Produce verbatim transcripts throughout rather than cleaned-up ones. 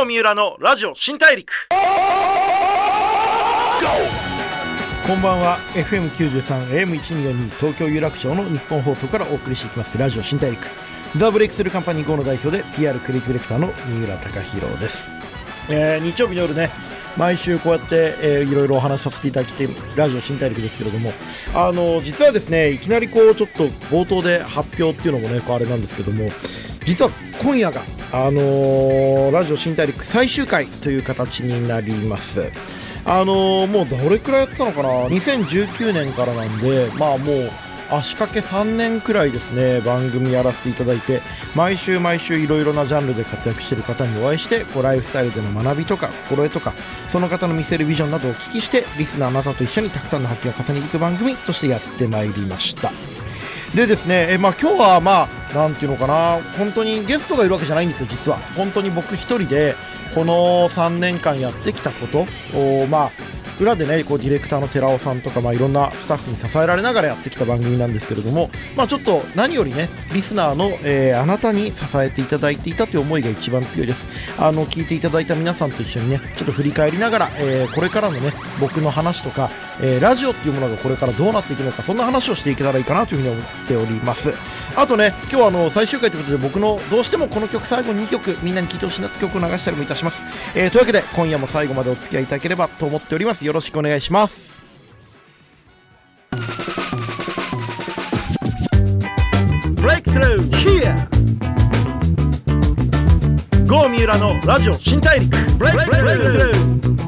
郷三浦のラジオ新大陸。 こんばんは。 エフエムきゅうじゅうさん エーエムせんにひゃくよんじゅうに 東京有楽町の日本放送からお送りしていきますラジオ新大陸。ザ・ブレイクスルーカンパニー ゴー の代表で ピーアール クリエイティブディレクターの三浦貴大です。えー、日曜日の夜ね、毎週こうやって、えー、いろいろお話しさせていただきてラジオ新大陸ですけれども、あの実はですね、いきなりこうちょっと冒頭で発表っていうのもねこうあれなんですけども、実は今夜があのー、ラジオ新大陸最終回という形になります。あのー、もうどれくらいやってたのかな、にせんじゅうきゅうねんからなんで、まあもう足掛けさんねんくらいですね、番組やらせていただいて、毎週毎週いろいろなジャンルで活躍している方にお会いして、こうライフスタイルでの学びとか心得とか、その方の見せるビジョンなどをお聞きして、リスナーあなたと一緒にたくさんの発見を重ねていく番組としてやってまいりました。でですね、えまあ、今日はまあなんていうのかな、本当にゲストがいるわけじゃないんですよ。実は本当に僕一人でこのさんねんかんやってきたことを、まあ裏でねこうディレクターの寺尾さんとか、まあ、いろんなスタッフに支えられながらやってきた番組なんですけれども、まあ、ちょっと何よりねリスナーの、えー、あなたに支えていただいていたという思いが一番強いです。あの聞いていただいた皆さんと一緒にねちょっと振り返りながら、えー、これからのね僕の話とか、えー、ラジオっていうものがこれからどうなっていくのか、そんな話をしていけたらいいかなというふうに思っております。あとね、今日はあの最終回ということで、僕のどうしてもこの曲最後ににきょくみんなに聴いてほしいなって曲を流したりもいたします。えー、というわけで今夜も最後までお付き合いいただければと思っております。よろしくお願いします。 ブレイクスルー Here 郷三浦のラジオ新大陸。ブレイクスルー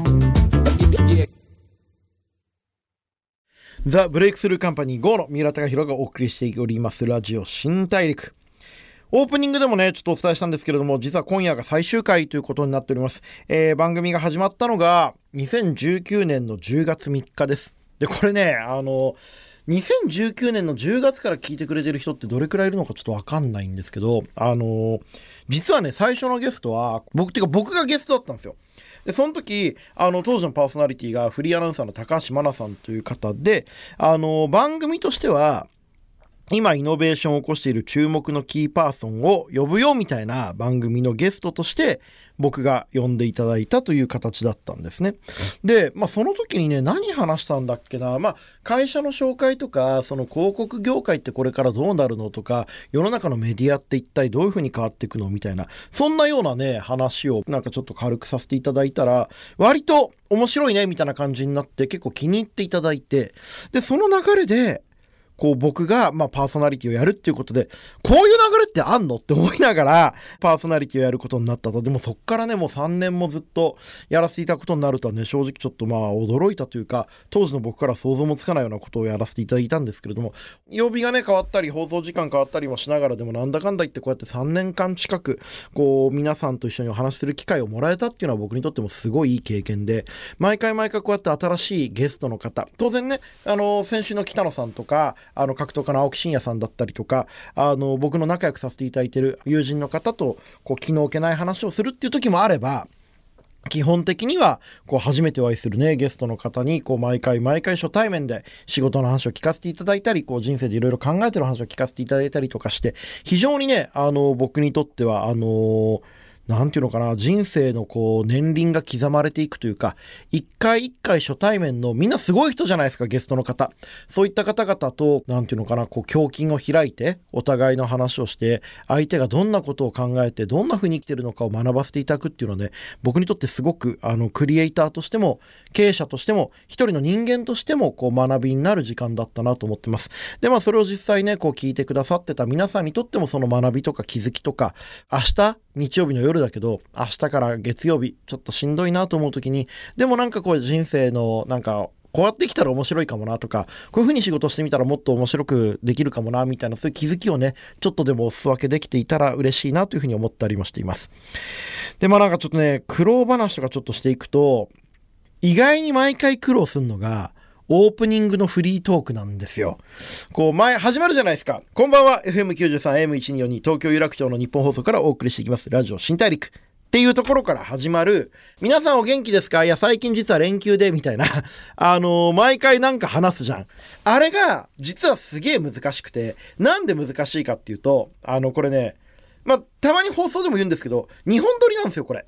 ザ・ブレイクスルーカンパニー ゴー の三浦貴大がお送りしておりますラジオ新大陸。オープニングでもねちょっとお伝えしたんですけれども、実は今夜が最終回ということになっております。えー、番組が始まったのがにせんじゅうきゅうねんのじゅうがつみっかです。でこれね、あのにせんじゅうきゅうねんのじゅうがつから聞いてくれてる人ってどれくらいいるのかちょっとわかんないんですけど、あの実はね最初のゲストは僕っていうか僕がゲストだったんですよ。でその時あの当時のパーソナリティがフリーアナウンサーの高橋真奈さんという方で、あの番組としては今イノベーションを起こしている注目のキーパーソンを呼ぶよみたいな番組のゲストとして僕が呼んでいただいたという形だったんですね。で、まあその時にね何話したんだっけな、まあ会社の紹介とか、その広告業界ってこれからどうなるのとか、世の中のメディアって一体どういう風に変わっていくのみたいな、そんなようなね話をなんかちょっと軽くさせていただいたら、割と面白いねみたいな感じになって結構気に入っていただいて、でその流れでこう僕がまあパーソナリティをやるっていうことで、こういう流れってあんのって思いながらパーソナリティをやることになったと。でもそっからねもうさんねんもずっとやらせていたことになるとはね、正直ちょっとまあ驚いたというか、当時の僕から想像もつかないようなことをやらせていただいたんですけれども、曜日がね変わったり放送時間変わったりもしながら、でもなんだかんだ言ってこうやってさんねんかん近くこう皆さんと一緒にお話しする機会をもらえたっていうのは僕にとってもすごいいい経験で、毎回毎回こうやって新しいゲストの方、当然ねあの先週の北野さんとかあの格闘家の青木真也さんだったりとか、あの僕の仲良くさせていただいている友人の方とこう気の置けない話をするっていう時もあれば、基本的にはこう初めてお会いするねゲストの方にこう毎回毎回初対面で仕事の話を聞かせていただいたり、こう人生でいろいろ考えてる話を聞かせていただいたりとかして、非常にねあの僕にとってはあのなんていうのかな、人生のこう年輪が刻まれていくというか、一回一回初対面のみんなすごい人じゃないですか、ゲストの方。そういった方々となんていうのかな、こう胸襟を開いてお互いの話をして、相手がどんなことを考えてどんな風に生きてるのかを学ばせていただくっていうのはね、僕にとってすごくあのクリエイターとしても経営者としても一人の人間としてもこう学びになる時間だったなと思ってます。でまあそれを実際ねこう聞いてくださってた皆さんにとっても、その学びとか気づきとか、明日日曜日の夜だけど明日から月曜日ちょっとしんどいなと思う時に、でもなんかこう人生のなんかこうやってきたら面白いかもなとか、こういう風に仕事してみたらもっと面白くできるかもなみたいな、そういう気づきをねちょっとでもお裾分けできていたら嬉しいなという風に思ったりもしています。でまあなんかちょっとね苦労話とかちょっとしていくと、意外に毎回苦労するのがオープニングのフリートークなんですよ。こう前始まるじゃないですか。こんばんは エフエムきゅうじゅうさん エーエムせんにひゃくよんじゅうに 東京有楽町の日本放送からお送りしていきますラジオ新大陸っていうところから始まる、皆さんお元気ですか、いや最近実は連休でみたいなあのー、毎回なんか話すじゃん。あれが実はすげえ難しくて、なんで難しいかっていうと、あのこれねまあたまに放送でも言うんですけど、にほん撮りなんですよこれ。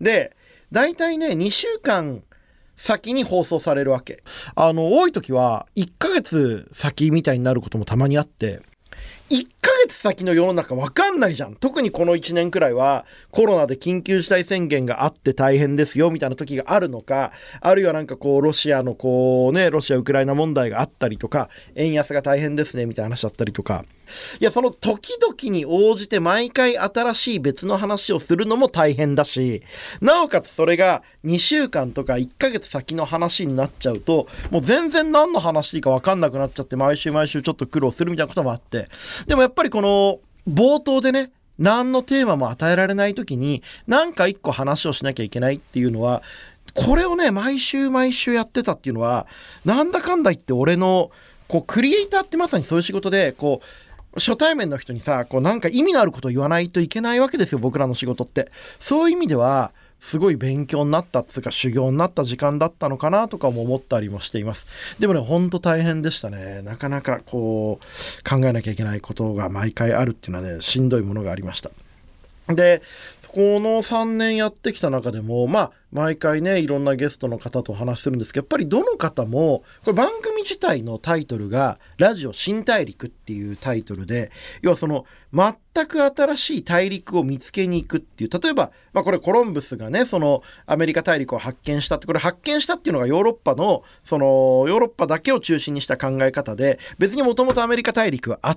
で、大体ね、にしゅうかん先に放送されるわけ。あの、多い時はいっかげつ先みたいになることもたまにあって、いっかげつ先の世の中わかんないじゃん。特にこのいちねんくらいはコロナで緊急事態宣言があって大変ですよみたいな時があるのか、あるいはなんかこうロシアのこうね、ロシアウクライナ問題があったりとか、円安が大変ですねみたいな話だったりとか、いやその時々に応じて毎回新しい別の話をするのも大変だし、なおかつそれがにしゅうかんとかいっかげつ先の話になっちゃうと、もう全然何の話か分かんなくなっちゃって、毎週毎週ちょっと苦労するみたいなこともあって、でもやっぱりこの冒頭でね、何のテーマも与えられない時に何か一個話をしなきゃいけないっていうのは、これをね毎週毎週やってたっていうのは、なんだかんだ言って俺のこうクリエイターってまさにそういう仕事で、こう初対面の人にさ、こうなんか意味のあることを言わないといけないわけですよ、僕らの仕事って。そういう意味ではすごい勉強になったっつうか修行になった時間だったのかなとかも思ったりもしています。でもね、ほんと大変でしたね。なかなかこう考えなきゃいけないことが毎回あるっていうのはね、しんどいものがありました。で、このさんねんやってきた中でも、まあ毎回ねいろんなゲストの方とお話しするんですけど、やっぱりどの方もこれ番組自体のタイトルがラジオ新大陸っていうタイトルで、要はその全く新しい大陸を見つけに行くっていう、例えば、まあ、これコロンブスがねそのアメリカ大陸を発見したって、これ発見したっていうのがヨーロッパのそのヨーロッパだけを中心にした考え方で、別にもともとアメリカ大陸はあって、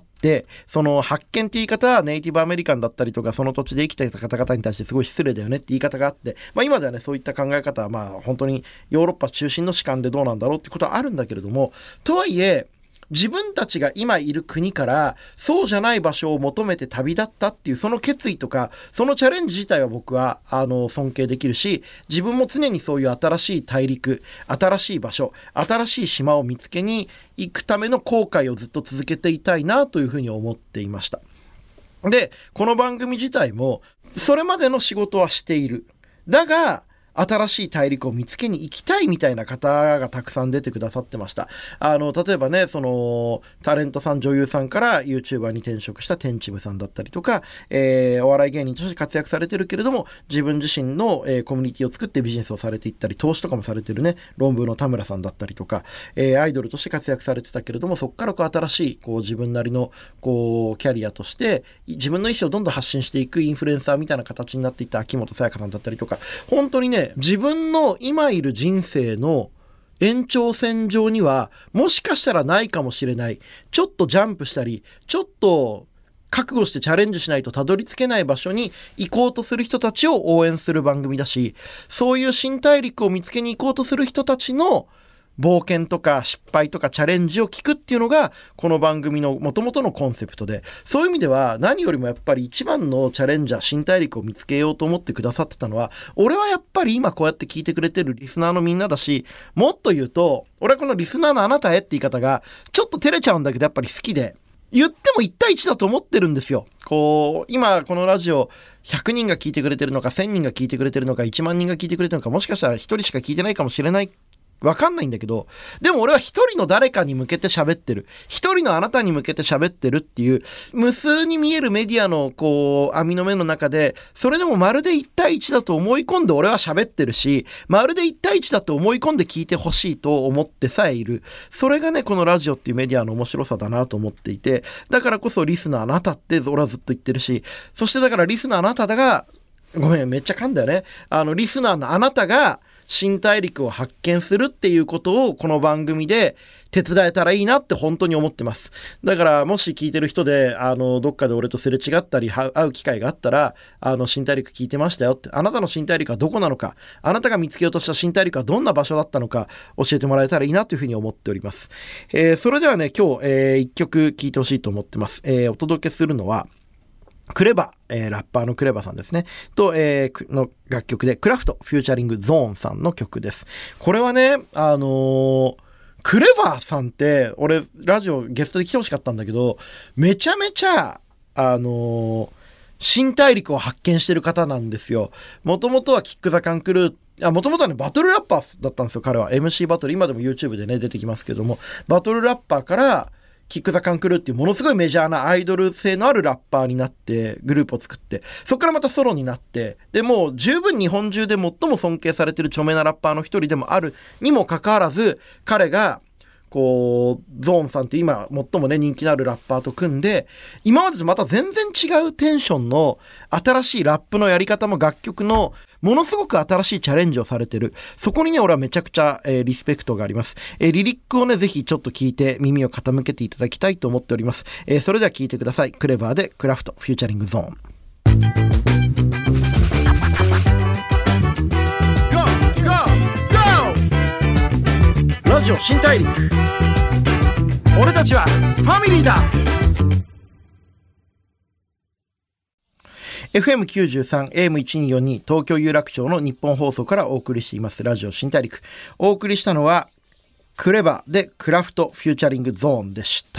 その発見っていう言い方はネイティブアメリカンだったりとか、その土地で生きていた方々に対してすごい失礼だよねって言い方があって、まあ今ではねそういった考え方はまあ本当にヨーロッパ中心の主観でどうなんだろうってことはあるんだけれども、とはいえ自分たちが今いる国からそうじゃない場所を求めて旅立ったっていうその決意とか、そのチャレンジ自体は僕はあの尊敬できるし、自分も常にそういう新しい大陸、新しい場所、新しい島を見つけに行くための航海をずっと続けていたいなというふうに思っていました。で、この番組自体もそれまでの仕事はしている。だが新しい大陸を見つけに行きたいみたいな方がたくさん出てくださってました。あの例えばね、そのタレントさん、女優さんから YouTuber に転職したテンチムさんだったりとか、えー、お笑い芸人として活躍されてるけれども自分自身の、えー、コミュニティを作ってビジネスをされていったり、投資とかもされてるね論文の田村さんだったりとか、えー、アイドルとして活躍されてたけれども、そこからこう新しいこう自分なりのこうキャリアとして自分の意思をどんどん発信していくインフルエンサーみたいな形になっていった秋元才加さんだったりとか、本当にね自分の今いる人生の延長線上にはもしかしたらないかもしれない、ちょっとジャンプしたりちょっと覚悟してチャレンジしないとたどり着けない場所に行こうとする人たちを応援する番組だし、そういう新大陸を見つけに行こうとする人たちの冒険とか失敗とかチャレンジを聞くっていうのがこの番組の元々のコンセプトで、そういう意味では何よりもやっぱり一番のチャレンジャー、新大陸を見つけようと思ってくださってたのは、俺はやっぱり今こうやって聞いてくれてるリスナーのみんなだし、もっと言うと俺はこのリスナーのあなたへって言い方がちょっと照れちゃうんだけどやっぱり好きで、言ってもいち対いちだと思ってるんですよ。こう今このラジオひゃくにんが聞いてくれてるのか、せんにんが聞いてくれてるのか、いちまんにんが聞いてくれてるのか、もしかしたらひとりしか聞いてないかもしれない、わかんないんだけど、でも俺は一人の誰かに向けて喋ってる、一人のあなたに向けて喋ってるっていう無数に見えるメディアのこう網の目の中で、それでもまるでいち対いちだと思い込んで俺は喋ってるし、まるでいち対いちだと思い込んで聞いてほしいと思ってさえいる。それがねこのラジオっていうメディアの面白さだなと思っていて、だからこそリスナーあなたって俺はずっと言ってるし、そしてだからリスナーあなただが、ごめんめっちゃ噛んだよね、あのリスナーのあなたが新大陸を発見するっていうことをこの番組で手伝えたらいいなって本当に思ってます。だからもし聞いてる人であのどっかで俺とすれ違ったり会う機会があったら、あの新大陸聞いてましたよって、あなたの新大陸はどこなのか、あなたが見つけようとした新大陸はどんな場所だったのか教えてもらえたらいいなというふうに思っております。えー、それではね今日、えー、いっきょく聴いてほしいと思ってます。えー、お届けするのはクレバ、えー、ラッパーのクレバさんですねと、えー、の楽曲でクラフトフューチャリングゾーンさんの曲です。これはねあのー、クレバさんって俺ラジオゲストで来てほしかったんだけど、めちゃめちゃあのー、新大陸を発見してる方なんですよ。もともとはキックザカンクルー、もともとはねバトルラッパーだったんですよ彼は。 エムシー バトル、今でも YouTube でね出てきますけども、バトルラッパーからキック・ザ・カン・クルーっていうものすごいメジャーなアイドル性のあるラッパーになってグループを作って、そこからまたソロになって、でもう十分日本中で最も尊敬されてる著名なラッパーの一人でもあるにもかかわらず、彼がこうゾーンさんって今最もね人気のあるラッパーと組んで、今までとまた全然違うテンションの新しいラップのやり方も楽曲のものすごく新しいチャレンジをされてる。そこにね俺はめちゃくちゃ、えー、リスペクトがあります、えー、リリックをねぜひちょっと聞いて耳を傾けていただきたいと思っております、えー、それでは聞いてください。クレバーでクラフトフューチャリングゾーン。ラジオ新大陸、俺たちはファミリーだ。 エフエムきゅうじゅうさん エーエムせんにひゃくよんじゅうに 東京有楽町の日本放送からお送りしていますラジオ新大陸。お送りしたのはクレバでクラフトフューチャリングゾーンでした。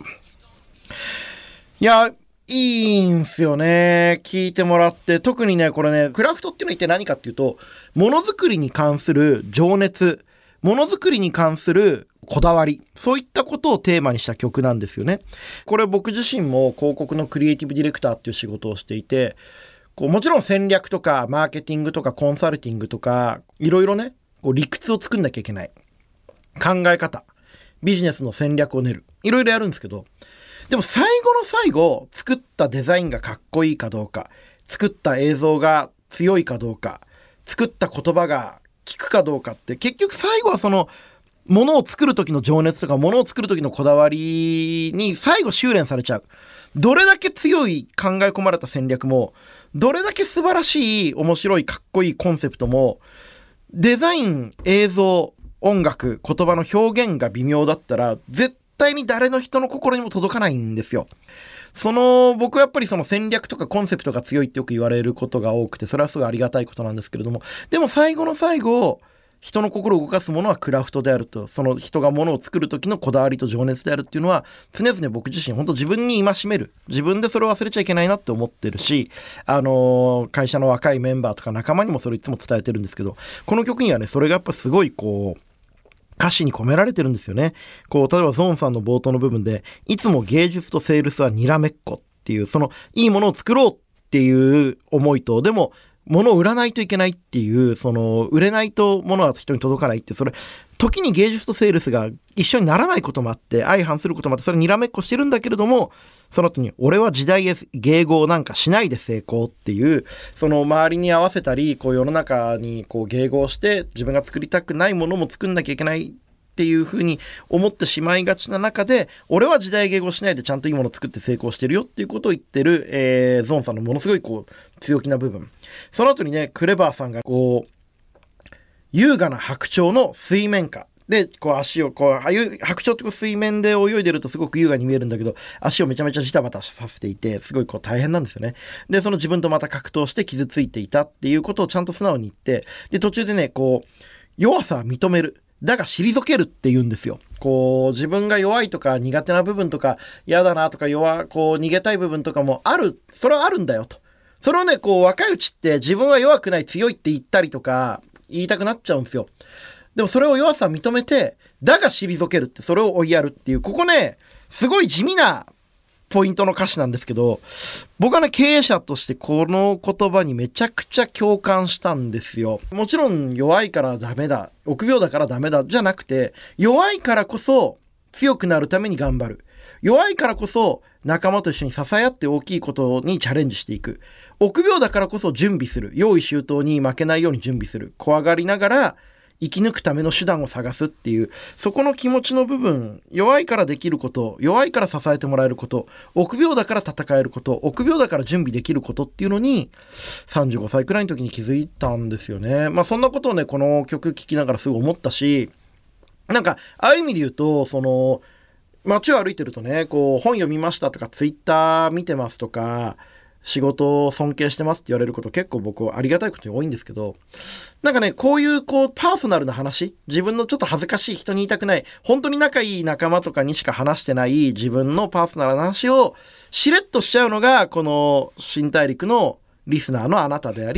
いやいいんすよね、聞いてもらって。特にねこれねクラフトっていうのは一体何かっていうと、ものづくりに関する情熱、ものづくりに関するこだわり、そういったことをテーマにした曲なんですよね。これ僕自身も広告のクリエイティブディレクターっていう仕事をしていて、こうもちろん戦略とかマーケティングとかコンサルティングとかいろいろねこう理屈を作んなきゃいけない、考え方、ビジネスの戦略を練る、いろいろやるんですけど、でも最後の最後作ったデザインがかっこいいかどうか、作った映像が強いかどうか、作った言葉が聞くかどうかって、結局最後はそのものを作る時の情熱とかものを作る時のこだわりに最後修練されちゃう。どれだけ強い考え込まれた戦略も、どれだけ素晴らしい面白いかっこいいコンセプトも、デザイン、映像、音楽、言葉の表現が微妙だったら絶対に誰の人の心にも届かないんですよ。その僕はやっぱりその戦略とかコンセプトが強いってよく言われることが多くて、それはすごいありがたいことなんですけれども、でも最後の最後人の心を動かすものはクラフトであると、その人がものを作る時のこだわりと情熱であるっていうのは常々僕自身本当自分に戒める、自分でそれを忘れちゃいけないなって思ってるし、あのー、会社の若いメンバーとか仲間にもそれいつも伝えてるんですけど、この曲にはねそれがやっぱすごいこう歌詞に込められてるんですよね。こう例えばゾーンさんの冒頭の部分で、いつも芸術とセールスはにらめっこっていう、そのいいものを作ろうっていう思いと、でも物を売らないといけないっていう、その売れないと物は人に届かないって、それ時に芸術とセールスが一緒にならないこともあって、相反することもあって、それにらめっこしてるんだけれども、その後に俺は時代へ迎合なんかしないで成功っていう、その周りに合わせたり、こう世の中にこう迎合して自分が作りたくないものも作んなきゃいけないっていう風に思ってしまいがちな中で、俺は時代迎合しないでちゃんといいものを作って成功してるよっていうことを言ってる、えー、ゾーンさんのものすごいこう強気な部分。その後にねクレバーさんがこう優雅な白鳥の水面下でこう足をこう白鳥ってこう水面で泳いでるとすごく優雅に見えるんだけど、足をめちゃめちゃジタバタさせていてすごいこう大変なんですよね。でその自分とまた格闘して傷ついていたっていうことをちゃんと素直に言って、で途中でねこう弱さは認める、だが退けるって言うんですよ。こう自分が弱いとか苦手な部分とか嫌だなとか弱こう逃げたい部分とかもある、それはあるんだよと。それをねこう若いうちって自分は弱くない強いって言ったりとか言いたくなっちゃうんですよ。でもそれを弱さを認めて、だが退けるって、それを追いやるっていう、ここねすごい地味なポイントの歌詞なんですけど、僕はね経営者としてこの言葉にめちゃくちゃ共感したんですよ。もちろん弱いからダメだ、臆病だからダメだじゃなくて、弱いからこそ強くなるために頑張る、弱いからこそ仲間と一緒に支え合って大きいことにチャレンジしていく、臆病だからこそ準備する、用意周到に負けないように準備する、怖がりながら生き抜くための手段を探すっていう、そこの気持ちの部分、弱いからできること、弱いから支えてもらえること、臆病だから戦えること、臆病だから準備できることっていうのにさんじゅうごさいくらいの時に気づいたんですよね。まあそんなことをねこの曲聴きながらすぐ思ったし、なんかああいう意味で言うと、その街を歩いてるとねこう本読みましたとかツイッター見てますとか仕事を尊敬してますって言われること結構僕はありがたいことに多いんですけど、なんかねこういうこうパーソナルな話、自分のちょっと恥ずかしい、人に言いたくない、本当に仲いい仲間とかにしか話してない自分のパーソナルな話をしれっとしちゃうのがこの新大陸のリスナーのあなたであり、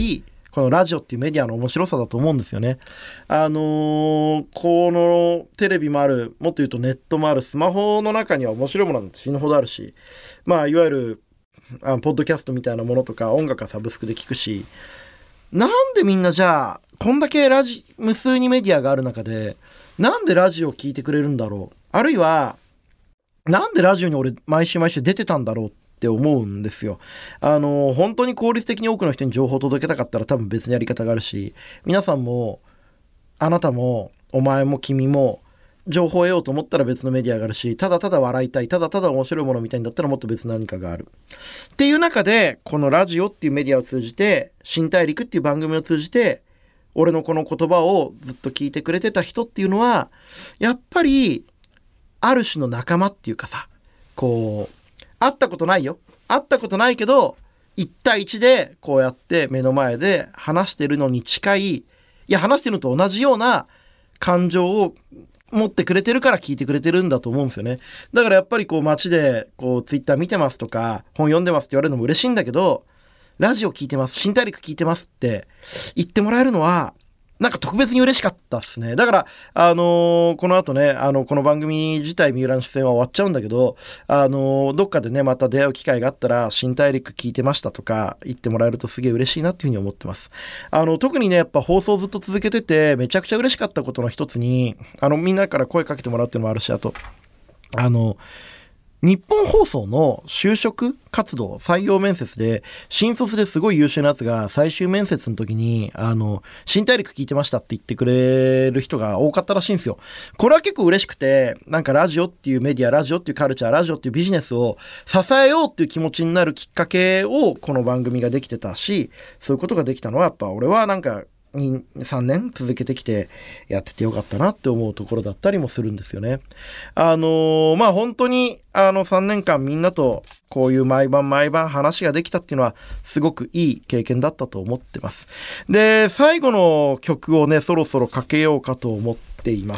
このラジオっていうメディアの面白さだと思うんですよね。あのー、このテレビもある、もっと言うとネットもある、スマホの中には面白いものなんて死ぬほどあるし、まあいわゆるあポッドキャストみたいなものとか音楽はサブスクで聞くし、なんでみんなじゃあこんだけラジ無数にメディアがある中でなんでラジオを聞いてくれるんだろう、あるいはなんでラジオに俺毎週毎週出てたんだろうって思うんですよ。あの本当に効率的に多くの人に情報を届けたかったら多分別のやり方があるし、皆さんもあなたもお前も君も情報を得ようと思ったら別のメディアがあるし、ただただ笑いたい、ただただ面白いものみたいんだったらもっと別の何かがあるっていう中で、このラジオっていうメディアを通じて、新大陸っていう番組を通じて俺のこの言葉をずっと聞いてくれてた人っていうのはやっぱりある種の仲間っていうかさ、こう会ったことないよ。会ったことないけど、一対一でこうやって目の前で話してるのに近い、いや話してるのと同じような感情を持ってくれてるから聞いてくれてるんだと思うんですよね。だからやっぱりこう街でこうツイッター見てますとか本読んでますって言われるのも嬉しいんだけど、ラジオ聞いてます、新大陸聞いてますって言ってもらえるのはなんか特別に嬉しかったっすね。だから、あのー、この後ね、あの、この番組自体、三浦の出演は終わっちゃうんだけど、あのー、どっかでね、また出会う機会があったら、新大陸聞いてましたとか言ってもらえるとすげえ嬉しいなっていうふうに思ってます。あの、特にね、やっぱ放送ずっと続けてて、めちゃくちゃ嬉しかったことの一つに、あの、みんなから声かけてもらうっていうのもあるし、あと、あの、日本放送の就職活動採用面接で新卒ですごい優秀なやつが最終面接の時にあの新大陸聞いてましたって言ってくれる人が多かったらしいんですよ。これは結構嬉しくて、なんかラジオっていうメディア、ラジオっていうカルチャー、ラジオっていうビジネスを支えようっていう気持ちになるきっかけをこの番組ができてたし、そういうことができたのはやっぱ俺はなんかにさんねん続けてきてやっててよかったなって思うところだったりもするんですよね。あのー、まあ本当にあのさんねんかんみんなとこういう毎晩毎晩話ができたっていうのはすごくいい経験だったと思ってます。で、最後の曲をねそろそろかけようかと思っています。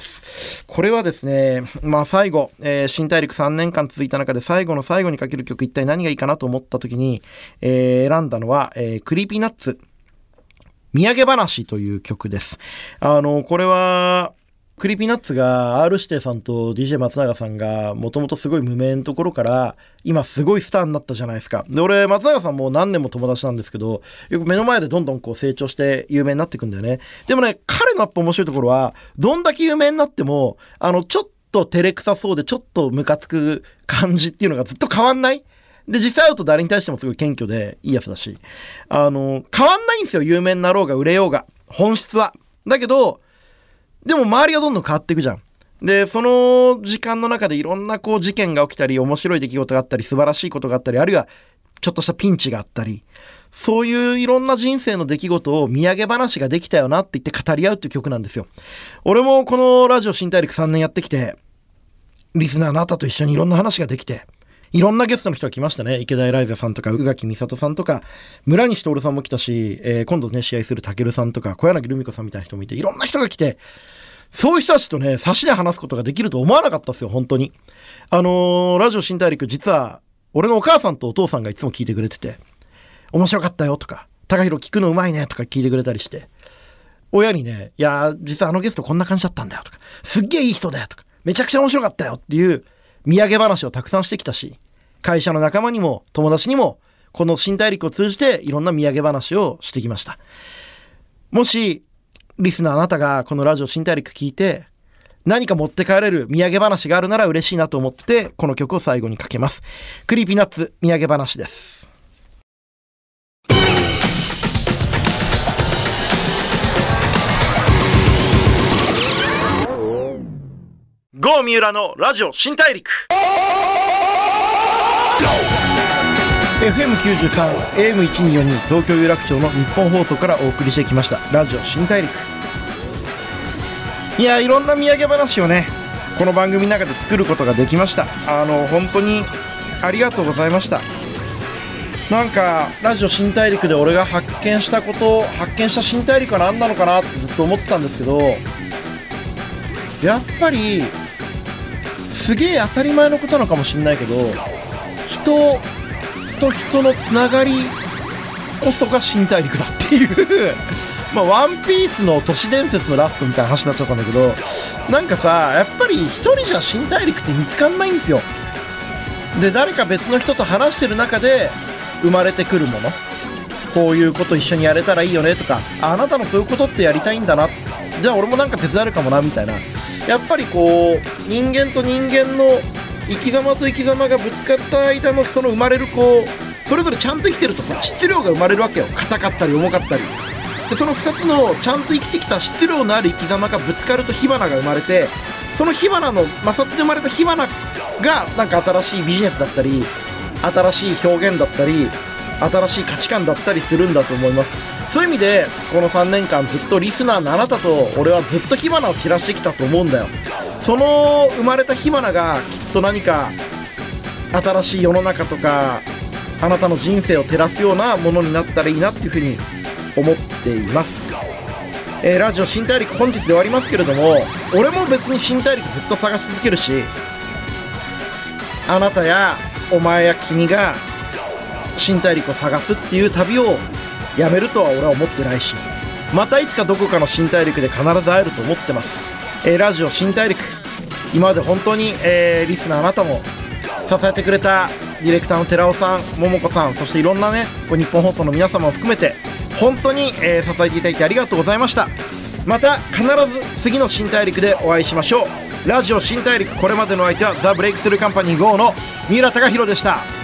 これはですね、まあ最後、えー、新大陸さんねんかん続いた中で最後の最後にかける曲一体何がいいかなと思った時に、えー、選んだのは、えー、クリーピーナッツ土産話という曲です。あの、これは、クリーピーナッツが R 指定さんと ディージェー 松永さんがもともとすごい無名のところから今すごいスターになったじゃないですか。で、俺、松永さんも何年も友達なんですけど、よく目の前でどんどんこう成長して有名になっていくんだよね。でもね、彼のやっぱ面白いところは、どんだけ有名になっても、あの、ちょっと照れくさそうでちょっとムカつく感じっていうのがずっと変わんない。で、実際会うと誰に対してもすごい謙虚でいいやつだし、あの、変わんないんですよ。有名になろうが売れようが。本質は。だけど、でも周りがどんどん変わっていくじゃん。で、その時間の中でいろんなこう事件が起きたり、面白い出来事があったり、素晴らしいことがあったり、あるいはちょっとしたピンチがあったり、そういういろんな人生の出来事を土産話ができたよなって言って語り合うっていう曲なんですよ。俺もこのラジオ新大陸さんねんやってきて、リスナーのあなたと一緒にいろんな話ができて、いろんなゲストの人が来ましたね。池田エライザさんとか、宇垣美里さんとか、村西徹さんも来たし、えー、今度ね、試合するタケルさんとか、小柳ルミ子さんみたいな人もいて、いろんな人が来て、そういう人たちとね、差しで話すことができると思わなかったですよ、本当に。あのー、ラジオ新大陸、実は、俺のお母さんとお父さんがいつも聞いてくれてて、面白かったよとか、高弘聞くのうまいねとか聞いてくれたりして、親にね、いやー、実はあのゲストこんな感じだったんだよとか、すっげえいい人だよとか、めちゃくちゃ面白かったよっていう、土産話をたくさんしてきたし、会社の仲間にも友達にもこの新大陸を通じていろんな土産話をしてきました。もしリスナーあなたがこのラジオ新大陸聞いて何か持って帰れる土産話があるなら嬉しいなと思ってこの曲を最後にかけます。クリーピーナッツ土産話です。 ゴー三浦のラジオ新大陸。 エフエムきゅうじゅうさん、エーエムせんにひゃくよんじゅうに 東京有楽町の日本放送からお送りしてきましたラジオ新大陸。いや、いろんな土産話をねこの番組の中で作ることができました。あの本当にありがとうございました。なんかラジオ新大陸で俺が発見したこと発見した新大陸は何なのかなってずっと思ってたんですけど、やっぱりすげえ当たり前のことなのかもしれないけど、人と人のつながりこそが新大陸だっていうまあワンピースの都市伝説のラストみたいな話になっちゃったんだけど、なんかさやっぱり一人じゃ新大陸って見つかんないんですよ。で誰か別の人と話してる中で生まれてくるもの、こういうこと一緒にやれたらいいよねとか、 あ, あなたのそういうことってやりたいんだな、じゃあ俺もなんか手伝えるかもなみたいな、やっぱりこう人間と人間の生き様と生き様がぶつかった間のその生まれるこうそれぞれちゃんと生きてるとさ質量が生まれるわけよ。硬かったり重かったりで、そのふたつのちゃんと生きてきた質量のある生き様がぶつかると火花が生まれて、その火花の摩擦で生まれた火花がなんか新しいビジネスだったり新しい表現だったり新しい価値観だったりするんだと思います。そういう意味でこのさんねんかんずっとリスナーのあなたと俺はずっと火花を散らしてきたと思うんだよ。その生まれた火花がきっと何か新しい世の中とかあなたの人生を照らすようなものになったらいいなっていうふうに思っています。えー、ラジオ新大陸本日で終わりますけれども、俺も別に新大陸ずっと探し続けるし、あなたやお前や君が新大陸を探すっていう旅をやめるとは俺は思ってないし、またいつかどこかの新大陸で必ず会えると思ってます。えー、ラジオ新大陸、今まで本当に、えー、リスナーあなたも支えてくれたディレクターの寺尾さん、桃子さん、そしていろんなねこう日本放送の皆様を含めて本当に、えー、支えていただいてありがとうございました。また必ず次の新大陸でお会いしましょう。ラジオ新大陸、これまでの相手はザ・ブレイクスルーカンパニーゴーの三浦貴大でした。